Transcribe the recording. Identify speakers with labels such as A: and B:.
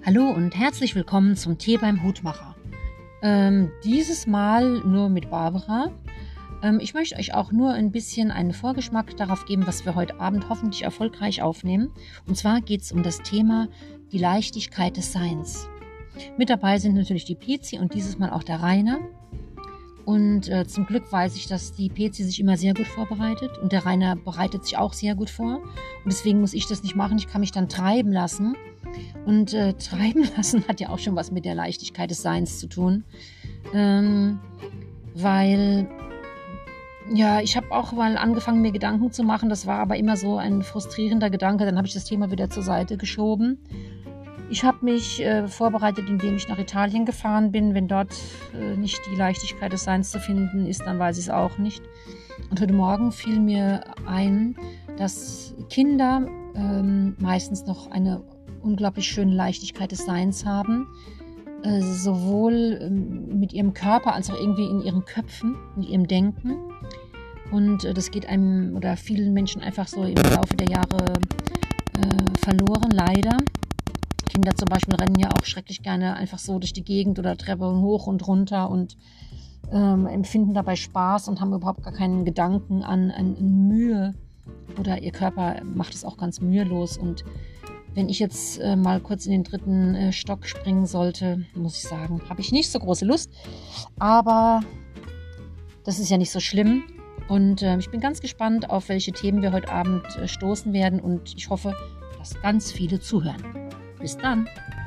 A: Hallo und herzlich willkommen zum Tee beim Hutmacher. Dieses Mal nur mit Barbara. Ich möchte euch auch nur ein bisschen einen Vorgeschmack darauf geben, was wir heute Abend hoffentlich erfolgreich aufnehmen. Und zwar geht es um das Thema die Leichtigkeit des Seins. Mit dabei sind natürlich die Pezi und dieses Mal auch der Rainer. Und zum Glück weiß ich, dass die Pezi sich immer sehr gut vorbereitet und der Rainer bereitet sich auch sehr gut vor. Und deswegen muss ich das nicht machen. Ich kann mich dann treiben lassen. Und treiben lassen hat ja auch schon was mit der Leichtigkeit des Seins zu tun. Weil, ja, ich habe auch mal angefangen, mir Gedanken zu machen. Das war aber immer so ein frustrierender Gedanke. Dann habe ich das Thema wieder zur Seite geschoben. Ich habe mich vorbereitet, indem ich nach Italien gefahren bin. Wenn dort nicht die Leichtigkeit des Seins zu finden ist, dann weiß ich es auch nicht. Und heute Morgen fiel mir ein, dass Kinder meistens noch eine unglaublich schöne Leichtigkeit des Seins haben, sowohl mit ihrem Körper als auch irgendwie in ihren Köpfen, in ihrem Denken. Und das geht einem oder vielen Menschen einfach so im Laufe der Jahre verloren, leider. Kinder zum Beispiel rennen ja auch schrecklich gerne einfach so durch die Gegend oder Treppen hoch und runter und empfinden dabei Spaß und haben überhaupt gar keinen Gedanken an Mühe. Oder ihr Körper macht es auch ganz mühelos. Und wenn ich jetzt mal kurz in den dritten Stock springen sollte, muss ich sagen, habe ich nicht so große Lust. Aber das ist ja nicht so schlimm. Und ich bin ganz gespannt, auf welche Themen wir heute Abend stoßen werden. Und ich hoffe, dass ganz viele zuhören. Bis dann!